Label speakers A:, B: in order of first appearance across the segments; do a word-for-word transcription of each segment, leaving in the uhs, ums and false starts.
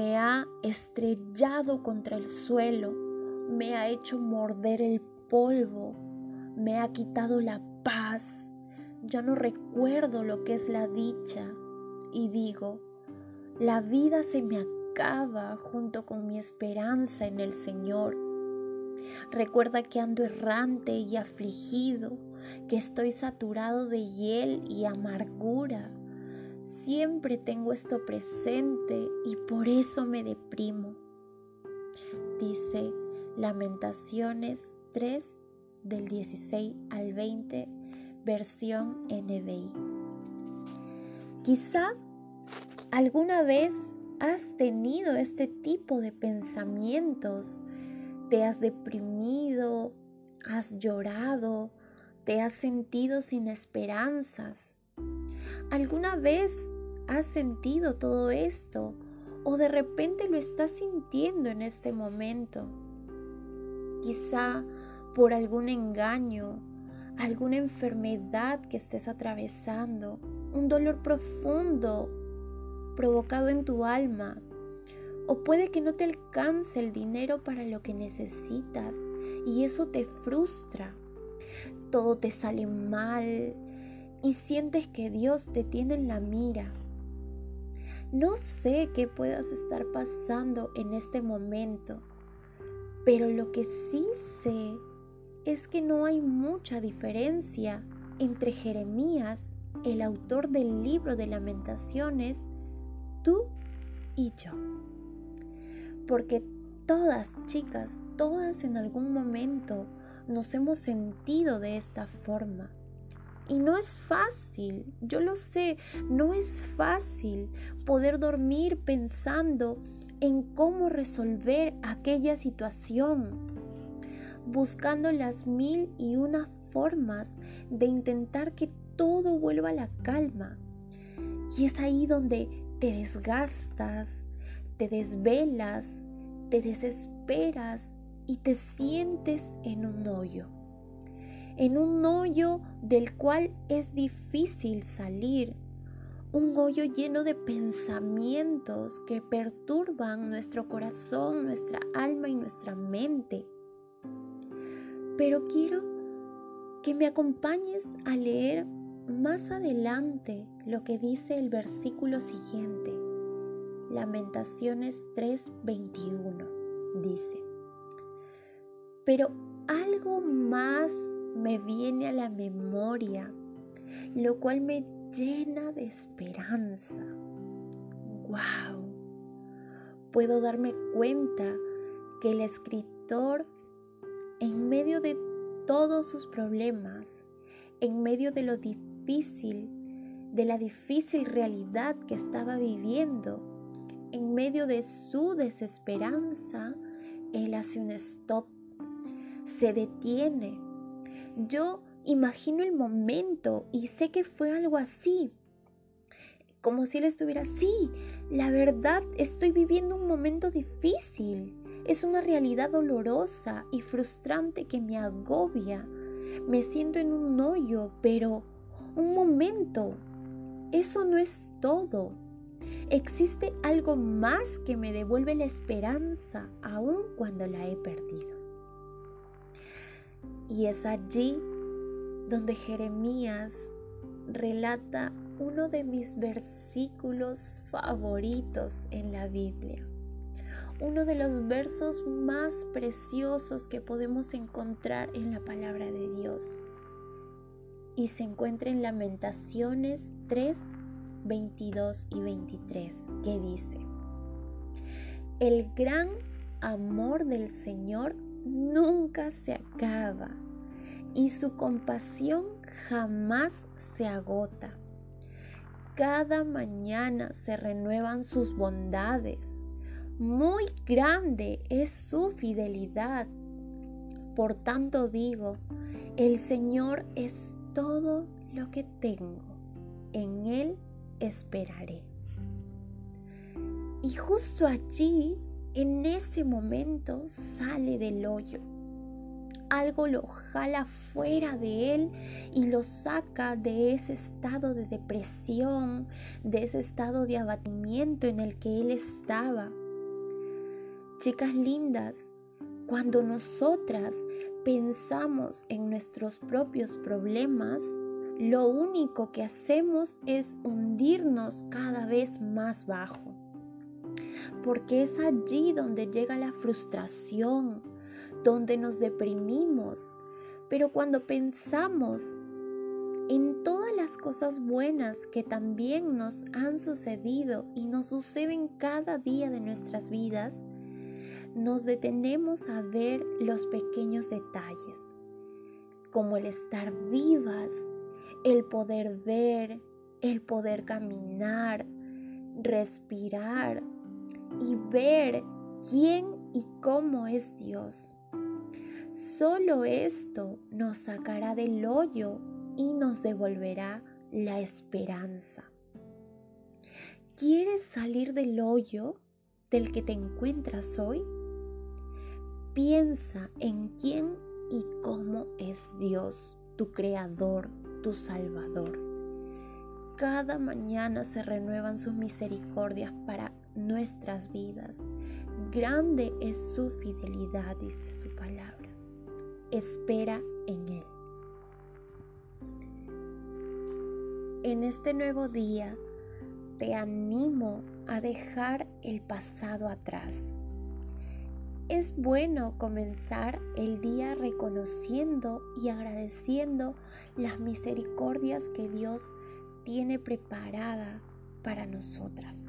A: me ha estrellado contra el suelo, me ha hecho morder el polvo, me ha quitado la paz. Ya no recuerdo lo que es la dicha y digo, la vida se me acaba junto con mi esperanza en el Señor. Recuerda que ando errante y afligido, que estoy saturado de hiel y amargura. Siempre tengo esto presente y por eso me deprimo. Dice Lamentaciones tres, del dieciséis al veinte, versión N B I. Quizá alguna vez has tenido este tipo de pensamientos. Te has deprimido, has llorado, te has sentido sin esperanzas. ¿Alguna vez has sentido todo esto o de repente lo estás sintiendo en este momento? Quizá por algún engaño, alguna enfermedad que estés atravesando, un dolor profundo provocado en tu alma. O puede que no te alcance el dinero para lo que necesitas y eso te frustra. Todo te sale mal y sientes que Dios te tiene en la mira. No sé qué puedas estar pasando en este momento, pero lo que sí sé es que no hay mucha diferencia entre Jeremías, el autor del libro de Lamentaciones, tú y yo. Porque todas, chicas, todas en algún momento nos hemos sentido de esta forma. Y no es fácil, yo lo sé, no es fácil poder dormir pensando en cómo resolver aquella situación, buscando las mil y una formas de intentar que todo vuelva a la calma. Y es ahí donde te desgastas, te desvelas, te desesperas y te sientes en un hoyo. En un hoyo del cual es difícil salir. Un hoyo lleno de pensamientos que perturban nuestro corazón, nuestra alma y nuestra mente. Pero quiero que me acompañes a leer más adelante lo que dice el versículo siguiente. Lamentaciones tres veintiuno dice: pero algo más me viene a la memoria, lo cual me llena de esperanza. ¡Wow! Puedo darme cuenta que el escritor, en medio de todos sus problemas, en medio de lo difícil, de la difícil realidad que estaba viviendo, en medio de su desesperanza, él hace un stop, se detiene. Yo imagino el momento y sé que fue algo así, como si él estuviera, sí, la verdad, estoy viviendo un momento difícil, es una realidad dolorosa y frustrante que me agobia, me siento en un hoyo, pero un momento, eso no es todo. Existe algo más que me devuelve la esperanza aun cuando la he perdido. Y es allí donde Jeremías relata uno de mis versículos favoritos en la Biblia. Uno de los versos más preciosos que podemos encontrar en la palabra de Dios. Y se encuentra en Lamentaciones tres, veintidós y veintitrés, que dice: el gran amor del Señor nunca se acaba y su compasión jamás se agota. Cada mañana se renuevan sus bondades, muy grande es su fidelidad. Por tanto digo, el Señor es todo lo que tengo, en Él esperaré. Y justo allí, en ese momento, sale del hoyo. Algo lo jala fuera de él y lo saca de ese estado de depresión, de ese estado de abatimiento en el que él estaba. Chicas lindas, cuando nosotras pensamos en nuestros propios problemas, lo único que hacemos es hundirnos cada vez más bajo. Porque es allí donde llega la frustración, donde nos deprimimos. Pero cuando pensamos en todas las cosas buenas que también nos han sucedido y nos suceden cada día de nuestras vidas, nos detenemos a ver los pequeños detalles, como el estar vivas, el poder ver, el poder caminar, respirar y ver quién y cómo es Dios. Solo esto nos sacará del hoyo y nos devolverá la esperanza. ¿Quieres salir del hoyo del que te encuentras hoy? Piensa en quién y cómo es Dios, tu Creador, tu Salvador. Cada mañana se renuevan sus misericordias para nuestras vidas. Grande es su fidelidad, dice su palabra. Espera en Él. En este nuevo día te animo a dejar el pasado atrás. Es bueno comenzar el día reconociendo y agradeciendo las misericordias que Dios tiene preparada para nosotras.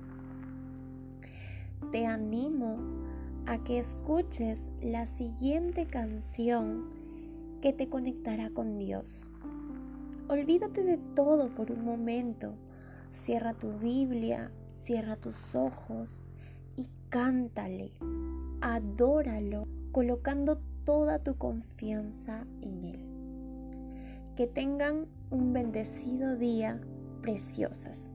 A: Te animo a que escuches la siguiente canción que te conectará con Dios. Olvídate de todo por un momento. Cierra tu Biblia, cierra tus ojos y cántale. Adóralo, colocando toda tu confianza en Él. Que tengan un bendecido día, preciosas.